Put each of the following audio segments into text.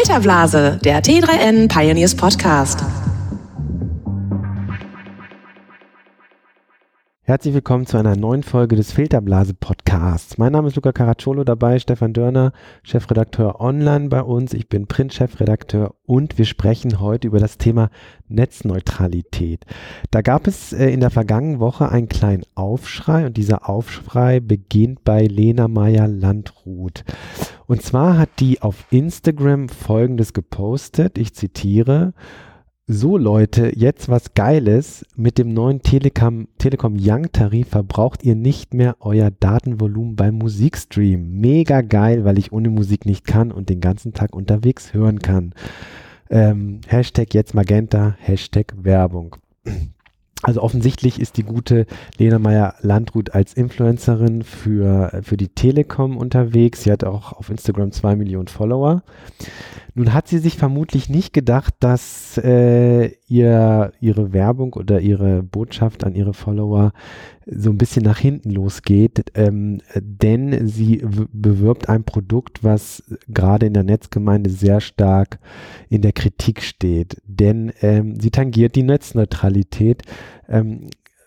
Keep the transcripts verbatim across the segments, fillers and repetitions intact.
Filterblase, der T drei N Pioneers Podcast. Herzlich willkommen zu einer neuen Folge des Filterblase Podcasts. Mein Name ist Luca Caracciolo, dabei Stefan Dörner, Chefredakteur online bei uns. Ich bin Print-Chefredakteur und wir sprechen heute über das Thema Netzneutralität. Da gab es äh, in der vergangenen Woche einen kleinen Aufschrei und dieser Aufschrei beginnt bei Lena Meyer-Landrut. Und zwar hat die auf Instagram Folgendes gepostet, ich zitiere: So Leute, jetzt was Geiles, mit dem neuen Telekom, Telekom Young-Tarif verbraucht ihr nicht mehr euer Datenvolumen beim Musikstream. Mega geil, weil ich ohne Musik nicht kann und den ganzen Tag unterwegs hören kann. Ähm, Hashtag jetzt Magenta, Hashtag Werbung. Also offensichtlich ist die gute Lena Meyer-Landrut als Influencerin für, für die Telekom unterwegs. Sie hat auch auf Instagram zwei Millionen Follower. Nun hat sie sich vermutlich nicht gedacht, dass äh, ihr ihre Werbung oder ihre Botschaft an ihre Follower so ein bisschen nach hinten losgeht, ähm, denn sie w- bewirbt ein Produkt, was gerade in der Netzgemeinde sehr stark in der Kritik steht, denn ähm, sie tangiert die Netzneutralität. Ähm,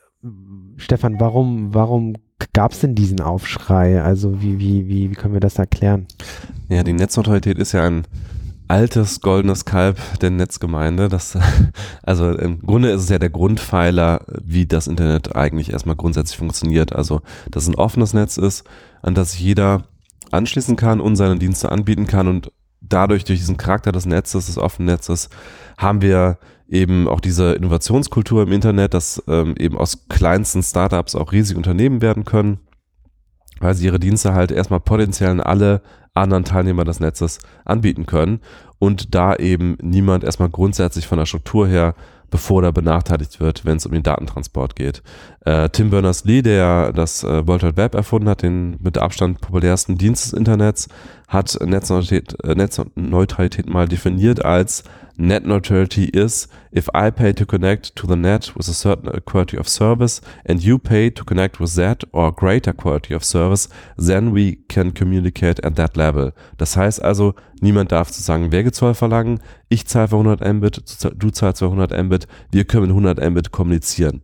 Stefan, warum, warum gab es denn diesen Aufschrei? Also wie, wie, wie, wie können wir das erklären? Ja, die Netzneutralität ist ja ein altes goldenes Kalb der Netzgemeinde. Das, also im Grunde ist es ja der Grundpfeiler, wie das Internet eigentlich erstmal grundsätzlich funktioniert. Also, dass es ein offenes Netz ist, an das sich jeder anschließen kann und seine Dienste anbieten kann. Und dadurch, durch diesen Charakter des Netzes, des offenen Netzes, haben wir eben auch diese Innovationskultur im Internet, dass ähm, eben aus kleinsten Startups auch riesige Unternehmen werden können, weil sie ihre Dienste halt erstmal potenziell an alle anderen Teilnehmer des Netzes anbieten können und da eben niemand erstmal grundsätzlich von der Struktur her bevor oder benachteiligt wird, wenn es um den Datentransport geht. Äh, Tim Berners-Lee, der das äh, World Wide Web erfunden hat, den mit Abstand populärsten Dienst des Internets, hat Netzneutralität, äh, Netzneutralität mal definiert als: Net neutrality is if I pay to connect to the net with a certain quality of service and you pay to connect with that or greater quality of service, then we can communicate at that level. Das heißt also, niemand darf sozusagen Wegezoll verlangen. Ich zahle für hundert Mbit, du zahlst für hundert Mbit, wir können mit hundert Mbit kommunizieren.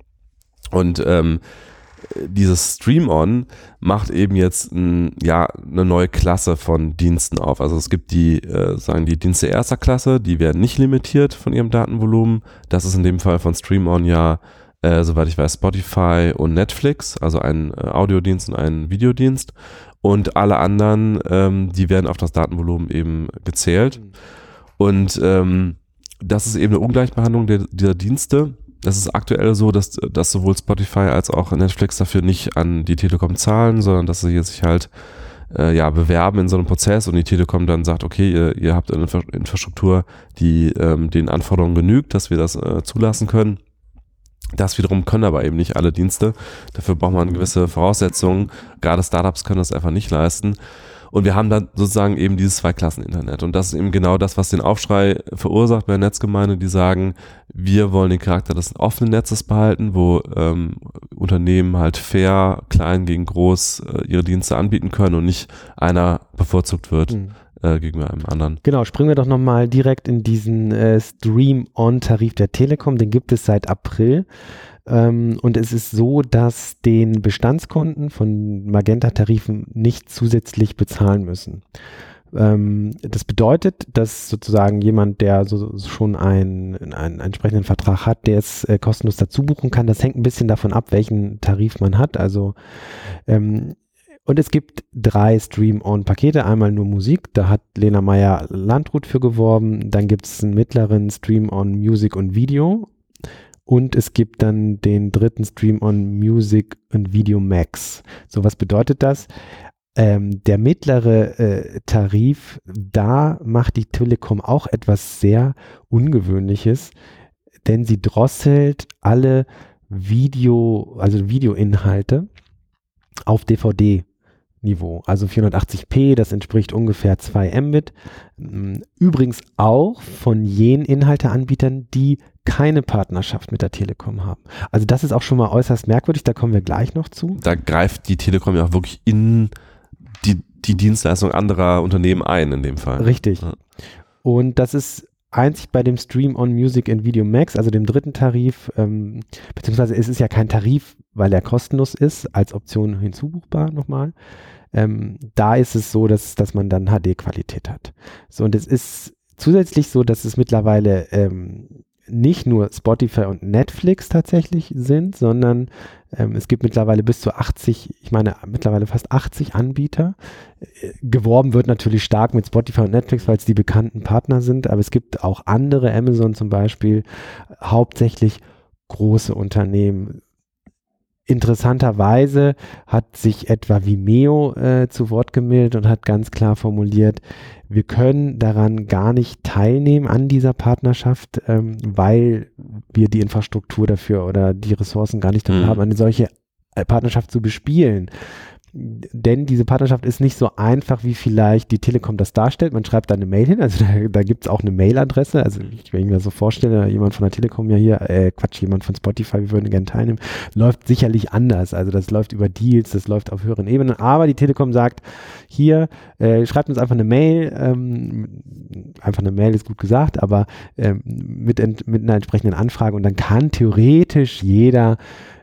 Und ähm, dieses Stream-On macht eben jetzt ein, ja, eine neue Klasse von Diensten auf. Also es gibt die, äh, sagen die Dienste erster Klasse, die werden nicht limitiert von ihrem Datenvolumen. Das ist in dem Fall von Stream-On ja, äh, soweit ich weiß, Spotify und Netflix, also ein äh, Audiodienst und ein Videodienst. Und alle anderen, ähm, die werden auf das Datenvolumen eben gezählt. Und ähm, das ist eben eine Ungleichbehandlung der, dieser Dienste. Das ist aktuell so, dass, dass sowohl Spotify als auch Netflix dafür nicht an die Telekom zahlen, sondern dass sie sich halt äh, ja, bewerben in so einem Prozess und die Telekom dann sagt, okay, ihr, ihr habt eine Infrastruktur, die ähm, den Anforderungen genügt, dass wir das äh, zulassen können. Das wiederum können aber eben nicht alle Dienste. Dafür braucht man gewisse Voraussetzungen. Gerade Startups können das einfach nicht leisten. Und wir haben dann sozusagen eben dieses Zweiklassen-Internet. Und das ist eben genau das, was den Aufschrei verursacht bei der Netzgemeinde, die sagen, wir wollen den Charakter des offenen Netzes behalten, wo ähm, Unternehmen halt fair, klein gegen groß äh, ihre Dienste anbieten können und nicht einer bevorzugt wird mhm. äh, gegenüber einem anderen. Genau, springen wir doch nochmal direkt in diesen äh, Stream-On-Tarif der Telekom. Den gibt es seit April. Ähm, und es ist so, dass den Bestandskunden von Magenta-Tarifen nicht zusätzlich bezahlen müssen. Ähm, das bedeutet, dass sozusagen jemand, der so, so schon einen, einen entsprechenden Vertrag hat, der es äh, kostenlos dazu buchen kann. Das hängt ein bisschen davon ab, welchen Tarif man hat. Also ähm, und es gibt drei Stream-On-Pakete. Einmal nur Musik, da hat Lena Meyer-Landrut für geworben. Dann gibt es einen mittleren Stream-On Music und Video. Und es gibt dann den dritten Stream-On Music und Video Max. So, was bedeutet das? Ähm, der mittlere äh, Tarif, da macht die Telekom auch etwas sehr Ungewöhnliches, denn sie drosselt alle Video, also Videoinhalte auf D V D-Niveau, also vierhundertachtzig p, das entspricht ungefähr zwei Mbit. Übrigens auch von jenen Inhalteanbietern, die keine Partnerschaft mit der Telekom haben. Also das ist auch schon mal äußerst merkwürdig, da kommen wir gleich noch zu. Da greift die Telekom ja auch wirklich in die, die Dienstleistung anderer Unternehmen ein in dem Fall. Richtig. Ja. Und das ist einzig bei dem Stream on Music and Video Max, also dem dritten Tarif, ähm, beziehungsweise es ist ja kein Tarif, weil er kostenlos ist, als Option hinzubuchbar nochmal. Ähm, da ist es so, dass, dass man dann H D-Qualität hat. So, und es ist zusätzlich so, dass es mittlerweile ähm, nicht nur Spotify und Netflix tatsächlich sind, sondern ähm, es gibt mittlerweile bis zu achtzig, ich meine mittlerweile fast achtzig Anbieter. Äh, geworben wird natürlich stark mit Spotify und Netflix, weil es die bekannten Partner sind, aber es gibt auch andere, Amazon zum Beispiel, hauptsächlich große Unternehmen. Interessanterweise hat sich etwa Vimeo äh, zu Wort gemeldet und hat ganz klar formuliert, wir können daran gar nicht teilnehmen an dieser Partnerschaft, ähm, weil wir die Infrastruktur dafür oder die Ressourcen gar nicht dafür Mhm. haben, eine solche Partnerschaft zu bespielen. Denn diese Partnerschaft ist nicht so einfach, wie vielleicht die Telekom das darstellt. Man schreibt da eine Mail hin, also da, da gibt es auch eine Mailadresse. Also ich, wenn ich mir das so vorstelle, jemand von der Telekom ja hier, äh, Quatsch, jemand von Spotify, wir würden gerne teilnehmen, läuft sicherlich anders. Also das läuft über Deals, das läuft auf höheren Ebenen. Aber die Telekom sagt, hier, äh, schreibt uns einfach eine Mail, ähm, einfach eine Mail ist gut gesagt, aber ähm, mit, ent, mit einer entsprechenden Anfrage und dann kann theoretisch jeder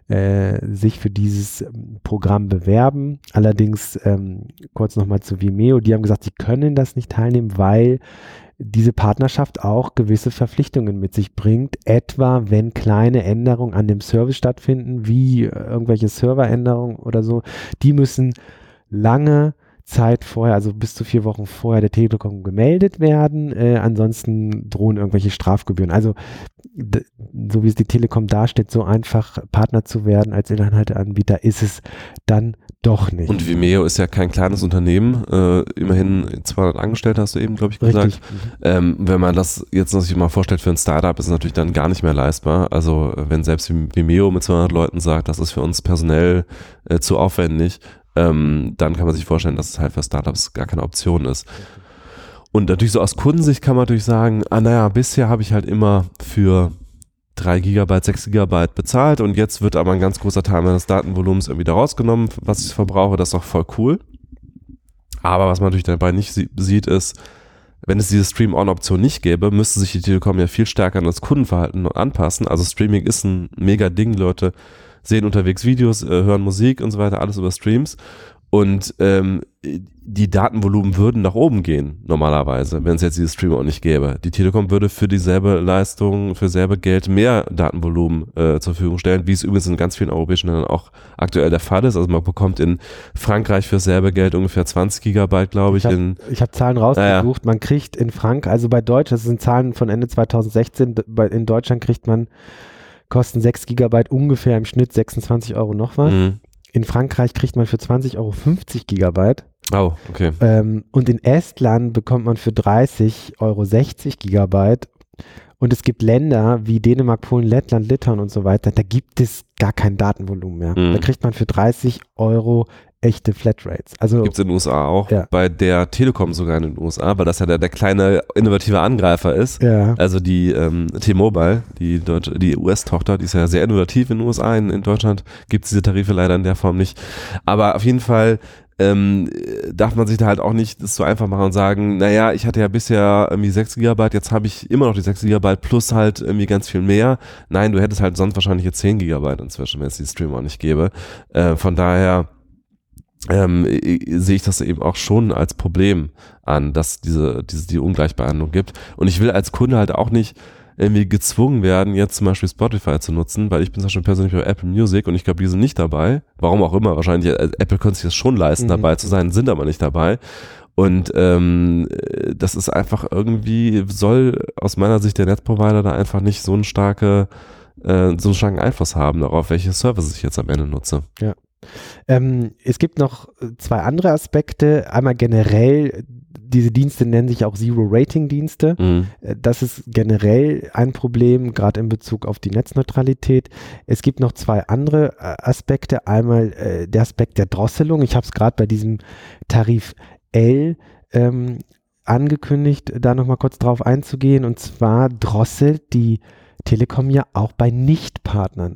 sich für dieses Programm bewerben. Allerdings ähm, kurz nochmal zu Vimeo, die haben gesagt, sie können das nicht teilnehmen, weil diese Partnerschaft auch gewisse Verpflichtungen mit sich bringt, etwa wenn kleine Änderungen an dem Service stattfinden, wie irgendwelche Serveränderungen oder so, die müssen lange Zeit vorher, also bis zu vier Wochen vorher der Telekom gemeldet werden. Äh, ansonsten drohen irgendwelche Strafgebühren. Also d- so wie es die Telekom darstellt, so einfach Partner zu werden als Inhalteanbieter ist es dann doch nicht. Und Vimeo ist ja kein kleines Unternehmen, äh, immerhin zweihundert Angestellte hast du eben, glaube ich, gesagt. Richtig. Ähm, wenn man das jetzt noch sich mal vorstellt für ein Startup, ist es natürlich dann gar nicht mehr leistbar. Also wenn selbst Vimeo mit zweihundert Leuten sagt, das ist für uns personell äh, zu aufwendig, ähm, dann kann man sich vorstellen, dass es halt für Startups gar keine Option ist. Und natürlich so aus Kundensicht kann man natürlich sagen, ah naja, bisher habe ich halt immer für drei Gigabyte, sechs Gigabyte bezahlt und jetzt wird aber ein ganz großer Teil meines Datenvolumens irgendwie da rausgenommen, was ich verbrauche, das ist doch voll cool. Aber was man natürlich dabei nicht sie- sieht, ist, wenn es diese Stream-On-Option nicht gäbe, müsste sich die Telekom ja viel stärker an das Kundenverhalten anpassen. Also Streaming ist ein mega Ding, Leute sehen unterwegs Videos, äh, hören Musik und so weiter, alles über Streams. Und ähm, die Datenvolumen würden nach oben gehen, normalerweise, wenn es jetzt dieses Stream auch nicht gäbe. Die Telekom würde für dieselbe Leistung, für selbe Geld mehr Datenvolumen äh, zur Verfügung stellen, wie es übrigens in ganz vielen europäischen Ländern auch aktuell der Fall ist. Also man bekommt in Frankreich für selbe Geld ungefähr zwanzig Gigabyte, glaube ich. Ich habe hab Zahlen rausgesucht. Ja, ja. Man kriegt in Frankreich, also bei Deutsch, das sind Zahlen von Ende zweitausendsechzehn, bei, in Deutschland kriegt man, kosten sechs Gigabyte ungefähr im Schnitt sechsundzwanzig Euro noch was. Mhm. In Frankreich kriegt man für zwanzig Euro fünfzig Gigabyte. Oh, okay. Ähm, und in Estland bekommt man für dreißig Euro sechzig Gigabyte. Und es gibt Länder wie Dänemark, Polen, Lettland, Litauen und so weiter, da gibt es gar kein Datenvolumen mehr. Mhm. Da kriegt man für dreißig Euro echte Flatrates. Also Gibt es in den U S A auch, ja. bei der Telekom sogar in den U S A, weil das ja der, der kleine innovative Angreifer ist. Ja. Also die ähm, T-Mobile, die, Deutsche, die U S-Tochter, die ist ja sehr innovativ in den U S A. In, in Deutschland gibt es diese Tarife leider in der Form nicht. Aber auf jeden Fall ähm, darf man sich da halt auch nicht das so einfach machen und sagen, naja, ich hatte ja bisher irgendwie sechs Gigabyte, jetzt habe ich immer noch die sechs Gigabyte plus halt irgendwie ganz viel mehr. Nein, du hättest halt sonst wahrscheinlich jetzt zehn Gigabyte inzwischen, wenn es die Stream auch nicht gäbe. Äh, von daher Ähm, sehe ich das eben auch schon als Problem an, dass diese, diese die Ungleichbehandlung gibt. Und ich will als Kunde halt auch nicht irgendwie gezwungen werden, jetzt zum Beispiel Spotify zu nutzen, weil ich bin zum Beispiel persönlich bei Apple Music und ich glaube, die sind nicht dabei. Warum auch immer, wahrscheinlich, also Apple könnte sich das schon leisten, mhm. dabei zu sein, sind aber nicht dabei. Und ähm, das ist einfach irgendwie, soll aus meiner Sicht der Netzprovider da einfach nicht so einen starke, äh, so einen starken Einfluss haben darauf, welche Services ich jetzt am Ende nutze. Ja. Ähm, es gibt noch zwei andere Aspekte. Einmal generell, diese Dienste nennen sich auch Zero-Rating-Dienste. Mhm. Das ist generell ein Problem, gerade in Bezug auf die Netzneutralität. Es gibt noch zwei andere Aspekte. Einmal äh, der Aspekt der Drosselung. Ich habe es gerade bei diesem Tarif L ähm, angekündigt, da nochmal kurz drauf einzugehen. Und zwar drosselt die Telekom ja auch bei Nichtpartnern.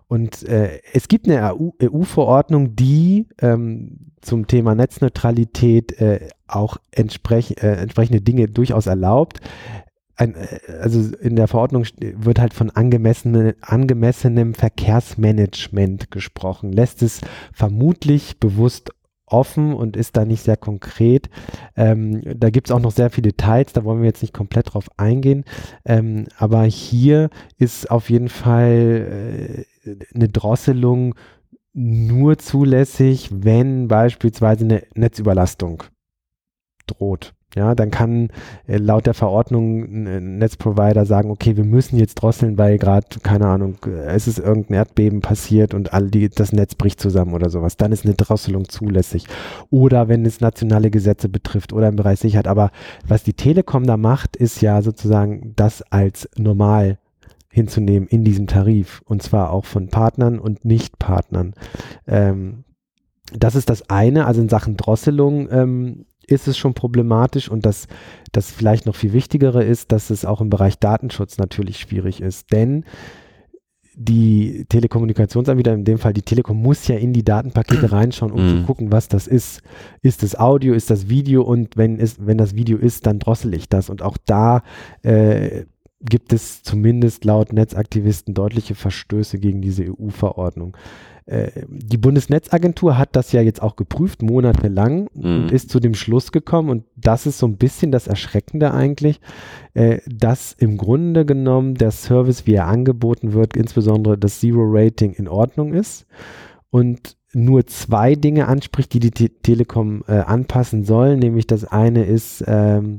Und äh, es gibt eine E U-Verordnung, die ähm, zum Thema Netzneutralität äh, auch entsprech, äh, entsprechende Dinge durchaus erlaubt. Ein, also in der Verordnung wird halt von angemessene, angemessenem Verkehrsmanagement gesprochen, lässt es vermutlich bewusst offen und ist da nicht sehr konkret. Ähm, da gibt es auch noch sehr viele Details, da wollen wir jetzt nicht komplett drauf eingehen. Ähm, aber hier ist auf jeden Fall äh, eine Drosselung nur zulässig, wenn beispielsweise eine Netzüberlastung droht. Ja, dann kann äh, laut der Verordnung ein Netzprovider sagen, okay, wir müssen jetzt drosseln, weil gerade, keine Ahnung, es ist irgendein Erdbeben passiert und all die, das Netz bricht zusammen oder sowas. Dann ist eine Drosselung zulässig. Oder wenn es nationale Gesetze betrifft oder im Bereich Sicherheit. Aber was die Telekom da macht, ist ja sozusagen das als normal hinzunehmen in diesem Tarif. Und zwar auch von Partnern und Nicht-Partnern. Ähm, das ist das eine, also in Sachen Drosselung ähm, ist es schon problematisch und das, das vielleicht noch viel Wichtigere ist, dass es auch im Bereich Datenschutz natürlich schwierig ist, denn die Telekommunikationsanbieter, in dem Fall die Telekom, muss ja in die Datenpakete reinschauen, um Mhm. zu gucken, was das ist. Ist das Audio, ist das Video und wenn, ist, wenn das Video ist, dann drossel ich das und auch da äh, gibt es zumindest laut Netzaktivisten deutliche Verstöße gegen diese E U-Verordnung. Die Bundesnetzagentur hat das ja jetzt auch geprüft, monatelang, Mhm. und ist zu dem Schluss gekommen, und das ist so ein bisschen das Erschreckende eigentlich, äh, dass im Grunde genommen der Service, wie er angeboten wird, insbesondere das Zero-Rating, in Ordnung ist und nur zwei Dinge anspricht, die die Te- Telekom äh, anpassen soll, nämlich das eine ist, ähm,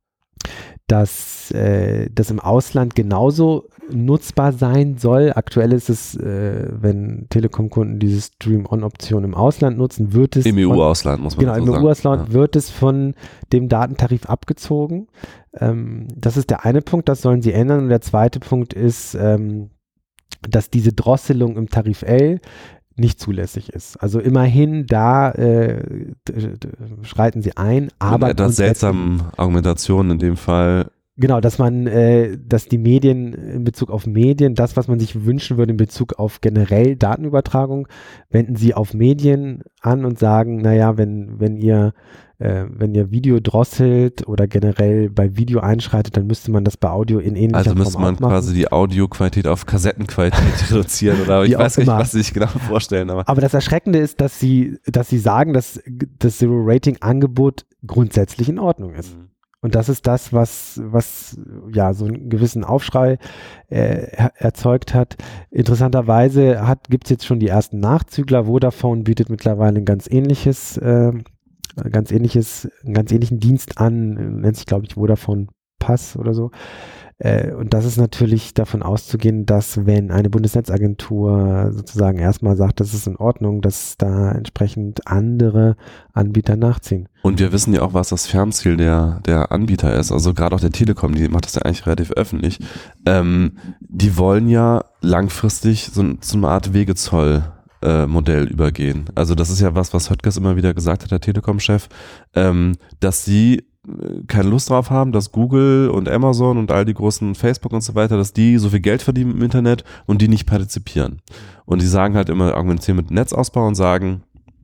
dass äh, das im Ausland genauso nutzbar sein soll. Aktuell ist es, äh, wenn Telekom-Kunden diese Stream-On-Option im Ausland nutzen, wird es Im von- E U-Ausland, muss man Genau, so im sagen. E U-Ausland Ja. wird es von dem Datentarif abgezogen. Ähm, das ist der eine Punkt, das sollen sie ändern. Und der zweite Punkt ist, ähm, dass diese Drosselung im Tarif L nicht zulässig ist. Also immerhin, da äh, d- d- schreiten sie ein, aber Mit etwas grundsätzlich- seltsamen Argumentationen in dem Fall. Genau, dass man, äh, dass die Medien in Bezug auf Medien, das, was man sich wünschen würde in Bezug auf generell Datenübertragung, wenden sie auf Medien an und sagen, naja, wenn, wenn ihr, äh, wenn ihr Video drosselt oder generell bei Video einschreitet, dann müsste man das bei Audio in ähnlicher Also Form müsste man auch machen. quasi die Audioqualität auf Kassettenqualität reduzieren oder Wie ich auch weiß nicht, immer. was sie sich genau vorstellen. Aber Aber das Erschreckende ist, dass sie, dass sie sagen, dass das Zero-Rating-Angebot grundsätzlich in Ordnung ist. Und das ist das, was, was ja so einen gewissen Aufschrei äh, er- erzeugt hat. Interessanterweise hat, gibt es jetzt schon die ersten Nachzügler. Vodafone bietet mittlerweile ein ganz ähnliches, äh, ganz ähnliches, einen ganz ähnlichen Dienst an, nennt sich, glaube ich, Vodafone Pass oder so. Äh, und das ist natürlich davon auszugehen, dass wenn eine Bundesnetzagentur sozusagen erstmal sagt, das ist in Ordnung, dass da entsprechend andere Anbieter nachziehen. Und wir wissen ja auch, was das Fernziel der, der Anbieter ist. Also gerade auch der Telekom, die macht das ja eigentlich relativ öffentlich. Ähm, die wollen ja langfristig so, so eine Art Wegezoll äh, Modell übergehen. Also das ist ja was, was Höttges immer wieder gesagt hat, der Telekom-Chef, ähm, dass sie keine Lust drauf haben, dass Google und Amazon und all die großen Facebook und so weiter, dass die so viel Geld verdienen im Internet und die nicht partizipieren. Und die sagen halt immer, argumentieren mit Netzausbau und sagen,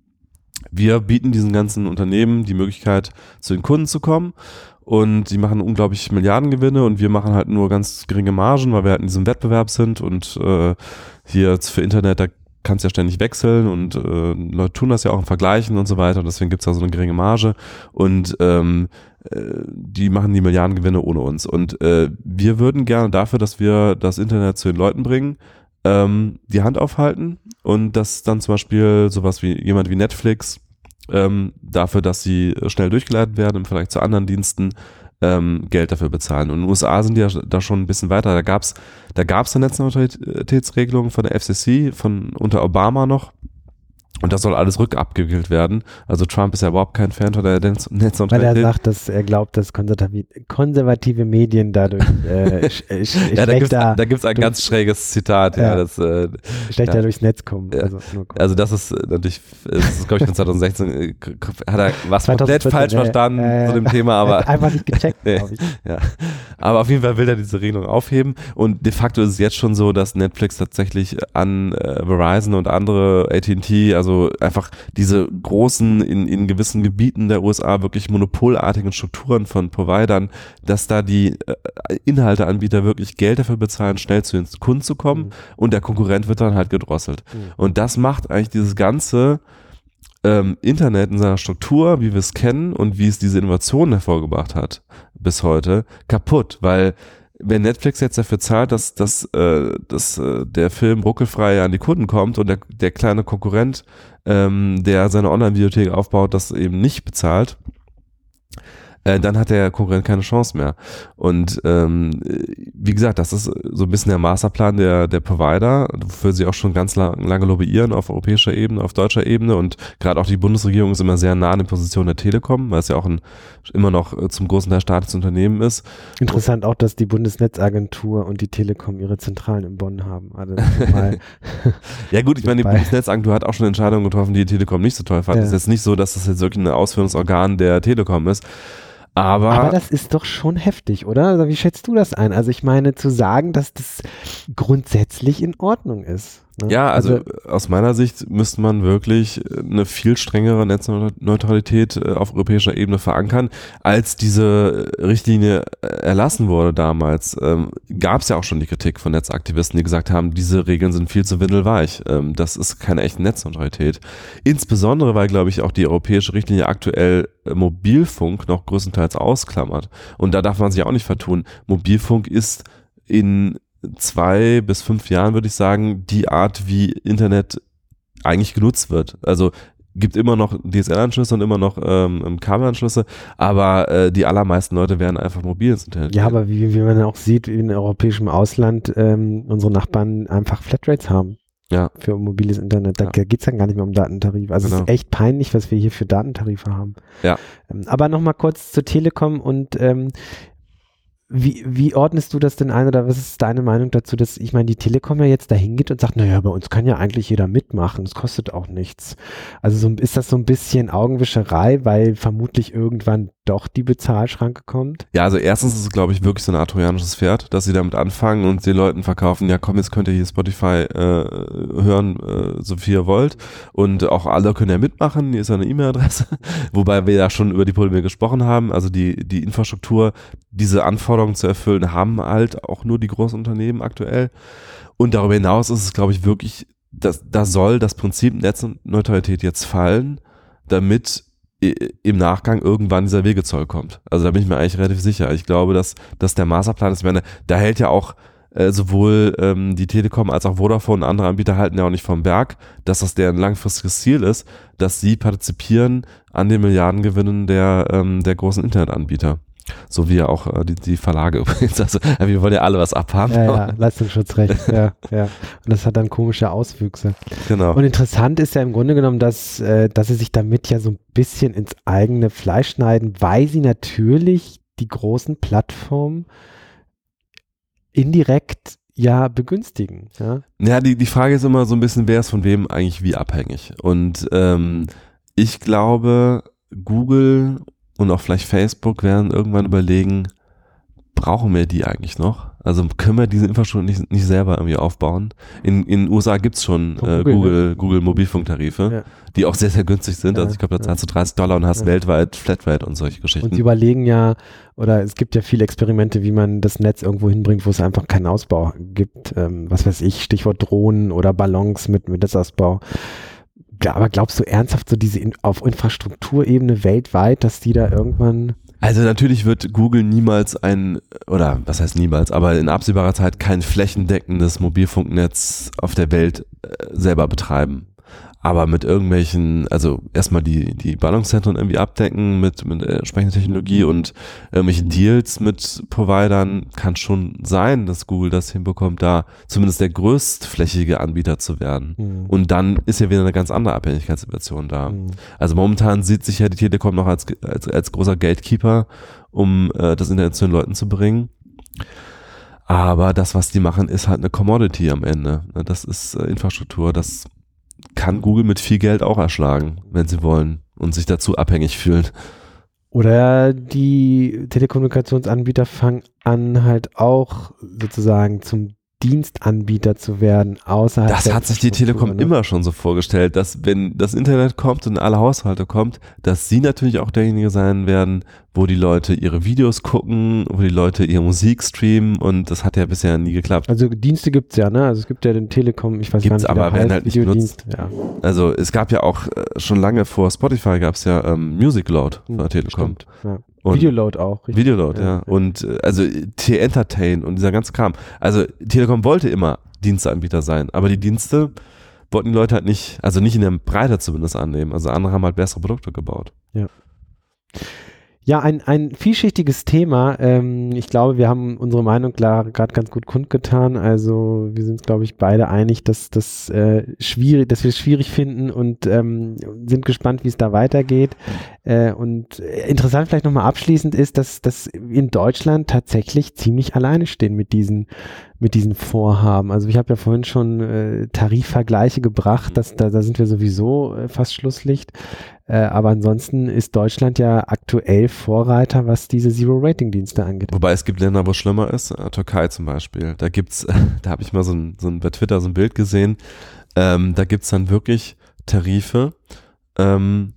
wir bieten diesen ganzen Unternehmen die Möglichkeit, zu den Kunden zu kommen und die machen unglaublich Milliardengewinne und wir machen halt nur ganz geringe Margen, weil wir halt in diesem Wettbewerb sind und äh, hier jetzt für Internet, da kann es ja ständig wechseln und äh, Leute tun das ja auch im Vergleichen und so weiter und deswegen gibt es da so eine geringe Marge und ähm, äh, die machen die Milliardengewinne ohne uns und äh, wir würden gerne dafür, dass wir das Internet zu den Leuten bringen, ähm, die Hand aufhalten und dass dann zum Beispiel sowas wie jemand wie Netflix ähm, dafür, dass sie schnell durchgeleitet werden im Vergleich zu anderen Diensten, ähm, Geld dafür bezahlen. Und in den U S A sind die ja da schon ein bisschen weiter. Da gab's, da gab's eine Netzneutralitätsregelung von der F C C, von unter Obama noch. Und das soll alles rückabgewickelt werden. Also Trump ist ja überhaupt kein Fan von der Netz- Netzneutralität. Weil er sagt, dass er glaubt, dass konservative, konservative Medien dadurch äh, sch, sch, ja, da gibt es da ein ganz schräges Zitat. Ja, ja, das, äh, schlechter ja. durchs Netz kommen. Ja. Also, also das ist natürlich, das ist glaube ich von zwanzig sechzehn, hat er was zwanzig vierzehn, komplett falsch äh, verstanden äh, zu dem Thema. Aber einfach nicht gecheckt, glaube ich. Ja. Aber auf jeden Fall will er diese Regelung aufheben. Und de facto ist es jetzt schon so, dass Netflix tatsächlich an äh, Verizon und andere A T and T, also einfach diese großen, in, in gewissen Gebieten der U S A wirklich monopolartigen Strukturen von Providern, dass da die äh, Inhalteanbieter wirklich Geld dafür bezahlen, schnell zu den Kunden zu kommen, mhm. und der Konkurrent wird dann halt gedrosselt. Mhm. Und das macht eigentlich dieses ganze ähm, Internet in seiner Struktur, wie wir es kennen und wie es diese Innovation hervorgebracht hat bis heute, kaputt, weil wenn Netflix jetzt dafür zahlt, dass, dass, äh, dass äh, der Film ruckelfrei an die Kunden kommt und der, der kleine Konkurrent, ähm, der seine Online-Videothek aufbaut, das eben nicht bezahlt, äh, dann hat der Konkurrent keine Chance mehr. Und ähm, wie gesagt, das ist so ein bisschen der Masterplan der, der Provider, wofür sie auch schon ganz lang, lange lobbyieren auf europäischer Ebene, auf deutscher Ebene, und gerade auch die Bundesregierung ist immer sehr nah an der Position der Telekom, weil es ja auch ein, immer noch zum großen Teil staatliches Unternehmen ist. Interessant auch, dass die Bundesnetzagentur und die Telekom ihre Zentralen in Bonn haben. Also mal ja gut, ich meine, die Bundesnetzagentur hat auch schon Entscheidungen getroffen, die die Telekom nicht so toll fand. Es ja. ist jetzt nicht so, dass das jetzt wirklich ein Ausführungsorgan der Telekom ist. Aber, Aber das ist doch schon heftig, oder? Also wie schätzt du das ein? Also ich meine, zu sagen, dass das grundsätzlich in Ordnung ist. Ne? Ja, also, also aus meiner Sicht müsste man wirklich eine viel strengere Netzneutralität auf europäischer Ebene verankern, als diese Richtlinie erlassen wurde damals. Ähm, gab es ja auch schon die Kritik von Netzaktivisten, die gesagt haben, diese Regeln sind viel zu windelweich. Ähm, das ist keine echte Netzneutralität. Insbesondere, weil, glaube ich, auch die europäische Richtlinie aktuell Mobilfunk noch größtenteils ausklammert. Und da darf man sich auch nicht vertun. Mobilfunk ist in zwei bis fünf Jahren, würde ich sagen, die Art, wie Internet eigentlich genutzt wird. Also gibt immer noch D S L-Anschlüsse und immer noch ähm, Kabelanschlüsse, aber äh, die allermeisten Leute werden einfach mobil ins Internet. Ja, aber wie, wie man auch sieht, in europäischem Ausland ähm, unsere Nachbarn einfach Flatrates haben. Ja. Für mobiles Internet. Da ja. geht es dann gar nicht mehr um Datentarif. Also genau. Es ist echt peinlich, was wir hier für Datentarife haben. Ja. Ähm, aber nochmal kurz zur Telekom und ähm, Wie, wie ordnest du das denn ein, oder was ist deine Meinung dazu, dass, ich meine, die Telekom ja jetzt dahin geht und sagt, naja, bei uns kann ja eigentlich jeder mitmachen, es kostet auch nichts. Also so, ist das so ein bisschen Augenwischerei, weil vermutlich irgendwann doch die Bezahlschranke kommt? Ja, also erstens ist es, glaube ich, wirklich so ein trojanisches Pferd, dass sie damit anfangen und den Leuten verkaufen, ja komm, jetzt könnt ihr hier Spotify äh, hören, äh, so viel ihr wollt, und auch alle können ja mitmachen, hier ist eine E-Mail-Adresse, wobei wir ja schon über die Probleme gesprochen haben, also die, die Infrastruktur, diese Anforderungen zu erfüllen, haben halt auch nur die großen Unternehmen aktuell, und darüber hinaus ist es, glaube ich, wirklich, dass, da soll das Prinzip Netzneutralität jetzt fallen, damit im Nachgang irgendwann dieser Wegezoll kommt. Also da bin ich mir eigentlich relativ sicher. Ich glaube, dass, dass der Masterplan ist, meine, da hält ja auch äh, sowohl ähm, die Telekom als auch Vodafone und andere Anbieter halten ja auch nicht vom Berg, dass das deren langfristiges Ziel ist, dass sie partizipieren an den Milliardengewinnen der, ähm, der großen Internetanbieter. So wie ja auch äh, die, die Verlage übrigens. Also äh, wir wollen ja alle was abhaben. Ja, ja, Leistungsschutzrecht, ja, ja. Und das hat dann komische Auswüchse. Genau. Und interessant ist ja im Grunde genommen, dass, äh, dass sie sich damit ja so ein bisschen ins eigene Fleisch schneiden, weil sie natürlich die großen Plattformen indirekt ja begünstigen. Ja, ja die, die Frage ist immer so ein bisschen, wer ist von wem eigentlich wie abhängig. Und ähm, ich glaube, Google und auch vielleicht Facebook werden irgendwann überlegen, brauchen wir die eigentlich noch? Also können wir diese Infrastruktur nicht, nicht selber irgendwie aufbauen? In in den U S A gibt es schon äh, Google, Google, ne? Google Mobilfunktarife, ja. die auch sehr, sehr günstig sind. Ja, also ich glaube, da zahlst du dreißig Dollar und hast ja. weltweit Flatrate und solche Geschichten. Und sie überlegen ja, oder es gibt ja viele Experimente, wie man das Netz irgendwo hinbringt, wo es einfach keinen Ausbau gibt. Ähm, was weiß ich, Stichwort Drohnen oder Ballons mit, mit Netzausbau. Ja, aber glaubst du ernsthaft, so diese in, auf Infrastrukturebene weltweit, dass die da irgendwann... Also natürlich wird Google niemals ein, oder was heißt niemals, aber in absehbarer Zeit kein flächendeckendes Mobilfunknetz auf der Welt äh, selber betreiben. aber mit irgendwelchen, also erstmal die, die Ballungszentren irgendwie abdecken mit, mit entsprechender Technologie und irgendwelchen Deals mit Providern, kann schon sein, dass Google das hinbekommt, da zumindest der größtflächige Anbieter zu werden. Mhm. Und dann ist ja wieder eine ganz andere Abhängigkeitssituation da. Mhm. Also momentan sieht sich ja die Telekom noch als, als, als großer Gatekeeper, um äh, das Internet zu den Leuten zu bringen. Aber das, was die machen, ist halt eine Commodity am Ende. Das ist äh, Infrastruktur, das kann Google mit viel Geld auch erschlagen, wenn sie wollen und sich dazu abhängig fühlen. Oder die Telekommunikationsanbieter fangen an, halt auch sozusagen zum Dienstanbieter zu werden, außerhalb Das hat sich die Telekom ne? immer schon so vorgestellt, dass wenn das Internet kommt und in alle Haushalte kommt, dass sie natürlich auch derjenige sein werden, wo die Leute ihre Videos gucken, wo die Leute ihre Musik streamen und das hat ja bisher nie geklappt. Also Dienste gibt's ja, ne? Also es gibt ja den Telekom, ich weiß gibt's gar nicht, aber werden halt nicht benutzt. Ja. Also es gab ja auch äh, schon lange vor Spotify gab es ja ähm, Music Load von der Telekom. Stimmt, ja. Videoload auch. Richtig. Videoload, ja. ja. Und äh, also T-Entertain und dieser ganze Kram. Also Telekom wollte immer Diensteanbieter sein, aber die Dienste wollten die Leute halt nicht, also nicht in der Breite zumindest annehmen. Also andere haben halt bessere Produkte gebaut. Ja. Ja, ein, ein vielschichtiges Thema. Ähm, ich glaube, wir haben unsere Meinung gerade ganz gut kundgetan. Also wir sind, glaube ich, beide einig, dass, das, äh, schwierig, dass wir es schwierig finden und ähm, sind gespannt, wie es da weitergeht. Äh, und interessant vielleicht nochmal abschließend ist, dass, dass wir in Deutschland tatsächlich ziemlich alleine stehen mit diesen mit diesen Vorhaben. Also ich habe ja vorhin schon äh, Tarifvergleiche gebracht, dass, da, da sind wir sowieso äh, fast Schlusslicht. Äh, aber ansonsten ist Deutschland ja aktuell Vorreiter, was diese Zero-Rating-Dienste angeht. Wobei es gibt Länder, wo es schlimmer ist, äh, Türkei zum Beispiel. Da gibt's, da habe ich mal so ein, so ein bei Twitter so ein Bild gesehen, ähm, da gibt's dann wirklich Tarife, ähm,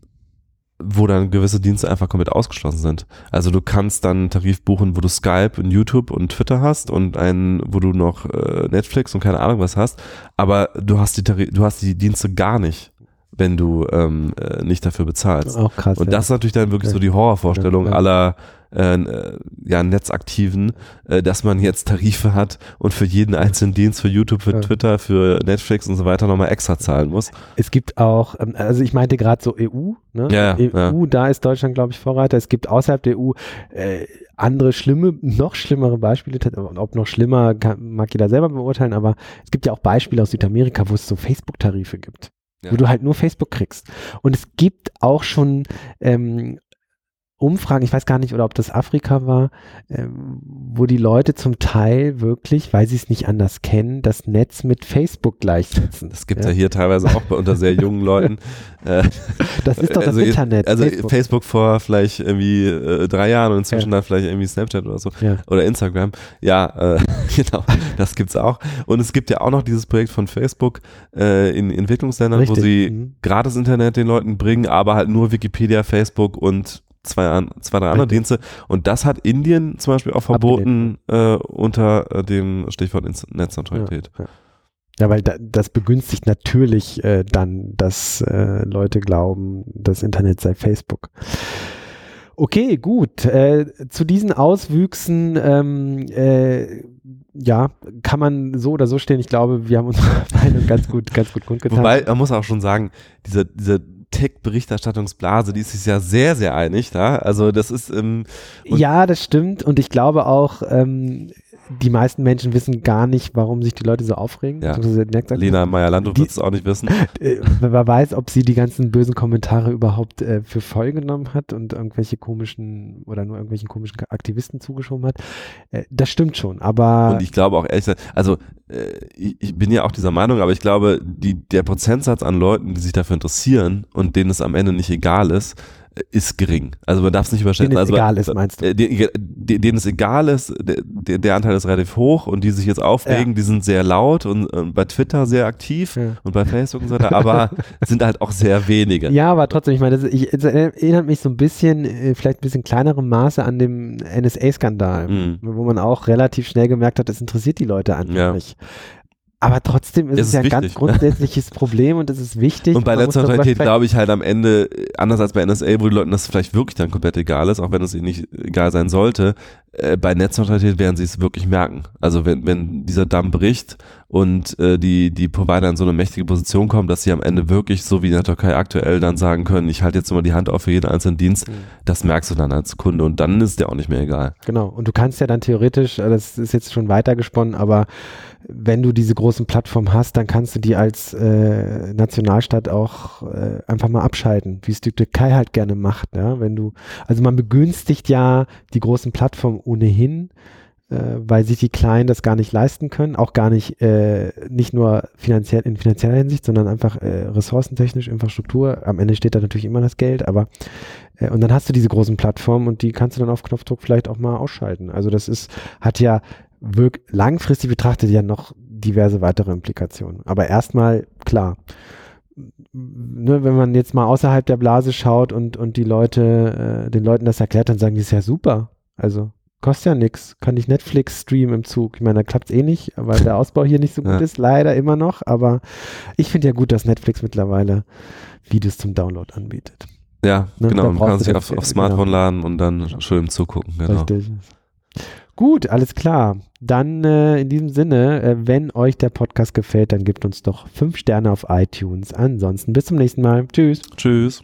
wo dann gewisse Dienste einfach komplett ausgeschlossen sind. Also du kannst dann einen Tarif buchen, wo du Skype und YouTube und Twitter hast und einen, wo du noch äh, Netflix und keine Ahnung was hast, aber du hast die Tarif, du hast die Dienste gar nicht, wenn du ähm, äh, nicht dafür bezahlst. Auch krass. Und das ist natürlich dann wirklich ja. so die Horrorvorstellung ja, ja. aller äh, ja, Netzaktiven, äh, dass man jetzt Tarife hat und für jeden einzelnen Dienst, für YouTube, für ja. Twitter, für Netflix und so weiter nochmal extra zahlen muss. Es gibt auch, also ich meinte gerade so E U, ne? Ja, E U, ja. da ist Deutschland, glaube ich, Vorreiter. Es gibt außerhalb der E U äh, andere schlimme, noch schlimmere Beispiele, ob noch schlimmer, kann, mag jeder selber beurteilen, aber es gibt ja auch Beispiele aus Südamerika, wo es so Facebook-Tarife gibt. Ja. Wo du halt nur Facebook kriegst. Und es gibt auch schon ähm, Umfragen, ich weiß gar nicht, oder ob das Afrika war, ähm, wo die Leute zum Teil wirklich, weil sie es nicht anders kennen, das Netz mit Facebook gleichsetzen. Das gibt es ja. ja hier teilweise auch bei unter sehr jungen Leuten. Äh, das ist doch das also Internet. Also Facebook. Facebook vor vielleicht irgendwie äh, drei Jahren und inzwischen ja. dann vielleicht irgendwie Snapchat oder so. Ja. Oder Instagram. Ja, äh, genau, das gibt's auch. Und es gibt ja auch noch dieses Projekt von Facebook äh, in Entwicklungsländern, Richtig. wo sie mhm. gratis Internet den Leuten bringen, aber halt nur Wikipedia, Facebook und zwei, zwei drei andere Dienste. Und das hat Indien zum Beispiel auch verboten äh, unter äh, dem Stichwort Netzneutralität. Ja, ja. ja, weil da, das begünstigt natürlich äh, dann, dass äh, Leute glauben, das Internet sei Facebook. Okay, gut. Äh, zu diesen Auswüchsen ähm, äh, ja, kann man so oder so stehen. Ich glaube, wir haben unsere Meinung ganz gut, ganz gut kundgetan. Wobei, man muss auch schon sagen, diese, diese Tech-Berichterstattungsblase, die ist sich ja sehr, sehr einig da. Also das ist ähm, ja, das stimmt. Und ich glaube auch, ähm, die meisten Menschen wissen gar nicht, warum sich die Leute so aufregen. Ja. Lena Meyer-Landrut wird es auch nicht wissen. Äh, wer weiß, ob sie die ganzen bösen Kommentare überhaupt äh, für voll genommen hat und irgendwelche komischen oder nur irgendwelchen komischen Aktivisten zugeschoben hat. Äh, das stimmt schon, aber... Und ich glaube auch ehrlich gesagt, also äh, ich, ich bin ja auch dieser Meinung, aber ich glaube, die, der Prozentsatz an Leuten, die sich dafür interessieren und denen es am Ende nicht egal ist, ist gering. Also man darf es nicht überschätzen. Denen es also, egal ist, meinst du? Denen, denen es egal ist, der, der Anteil ist relativ hoch und die sich jetzt aufregen, ja. die sind sehr laut und, und bei Twitter sehr aktiv ja. und bei Facebook und so weiter, aber sind halt auch sehr wenige. Ja, aber trotzdem, ich meine, das, ich, das erinnert mich so ein bisschen, vielleicht ein bisschen kleinerem Maße an dem N S A-Skandal, mhm. wo man auch relativ schnell gemerkt hat, das interessiert die Leute einfach ja. nicht. Aber trotzdem ist es, es ja ein ganz grundsätzliches Problem und es ist wichtig. Und bei Netzneutralität glaube ich halt am Ende, anders als bei N S A, wo den Leuten das vielleicht wirklich dann komplett egal ist, auch wenn es ihnen nicht egal sein sollte, äh, bei Netzneutralität werden sie es wirklich merken. Also wenn, wenn dieser Damm bricht und äh, die, die Provider in so eine mächtige Position kommen, dass sie am Ende wirklich, so wie in der Türkei aktuell, dann sagen können, ich halte jetzt immer die Hand auf für jeden einzelnen Dienst, mhm. das merkst du dann als Kunde und dann ist dir auch nicht mehr egal. Genau, und du kannst ja dann theoretisch, das ist jetzt schon weitergesponnen, aber wenn du diese großen Plattformen hast, dann kannst du die als äh, Nationalstaat auch äh, einfach mal abschalten, wie es die Türkei halt gerne macht. Ja? Wenn du, also man begünstigt ja die großen Plattformen ohnehin, äh, weil sich die Kleinen das gar nicht leisten können, auch gar nicht, äh, nicht nur finanziell in finanzieller Hinsicht, sondern einfach äh, ressourcentechnisch, Infrastruktur. Am Ende steht da natürlich immer das Geld, aber äh, und dann hast du diese großen Plattformen und die kannst du dann auf Knopfdruck vielleicht auch mal ausschalten. Also das ist, hat ja wirk- langfristig betrachtet ja noch diverse weitere Implikationen. Aber erstmal, klar, ne, wenn man jetzt mal außerhalb der Blase schaut und, und die Leute, äh, den Leuten das erklärt, dann sagen die, ist ja super. Also kostet ja nichts. Kann ich Netflix streamen im Zug? Ich meine, da klappt es eh nicht, weil der Ausbau hier nicht so gut ja. ist, leider immer noch. Aber ich finde ja gut, dass Netflix mittlerweile Videos zum Download anbietet. Ja, ne? Genau. Man kann sich auf, auf Smartphone genau. laden und dann schön im Zug gucken. Genau. Richtig. Gut, alles klar. Dann äh, in diesem Sinne, äh, wenn euch der Podcast gefällt, dann gebt uns doch fünf Sterne auf iTunes. Ansonsten bis zum nächsten Mal. Tschüss. Tschüss.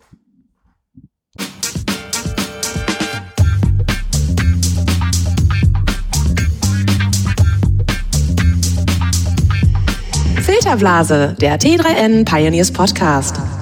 Filterblase, der T drei N Pioneers Podcast.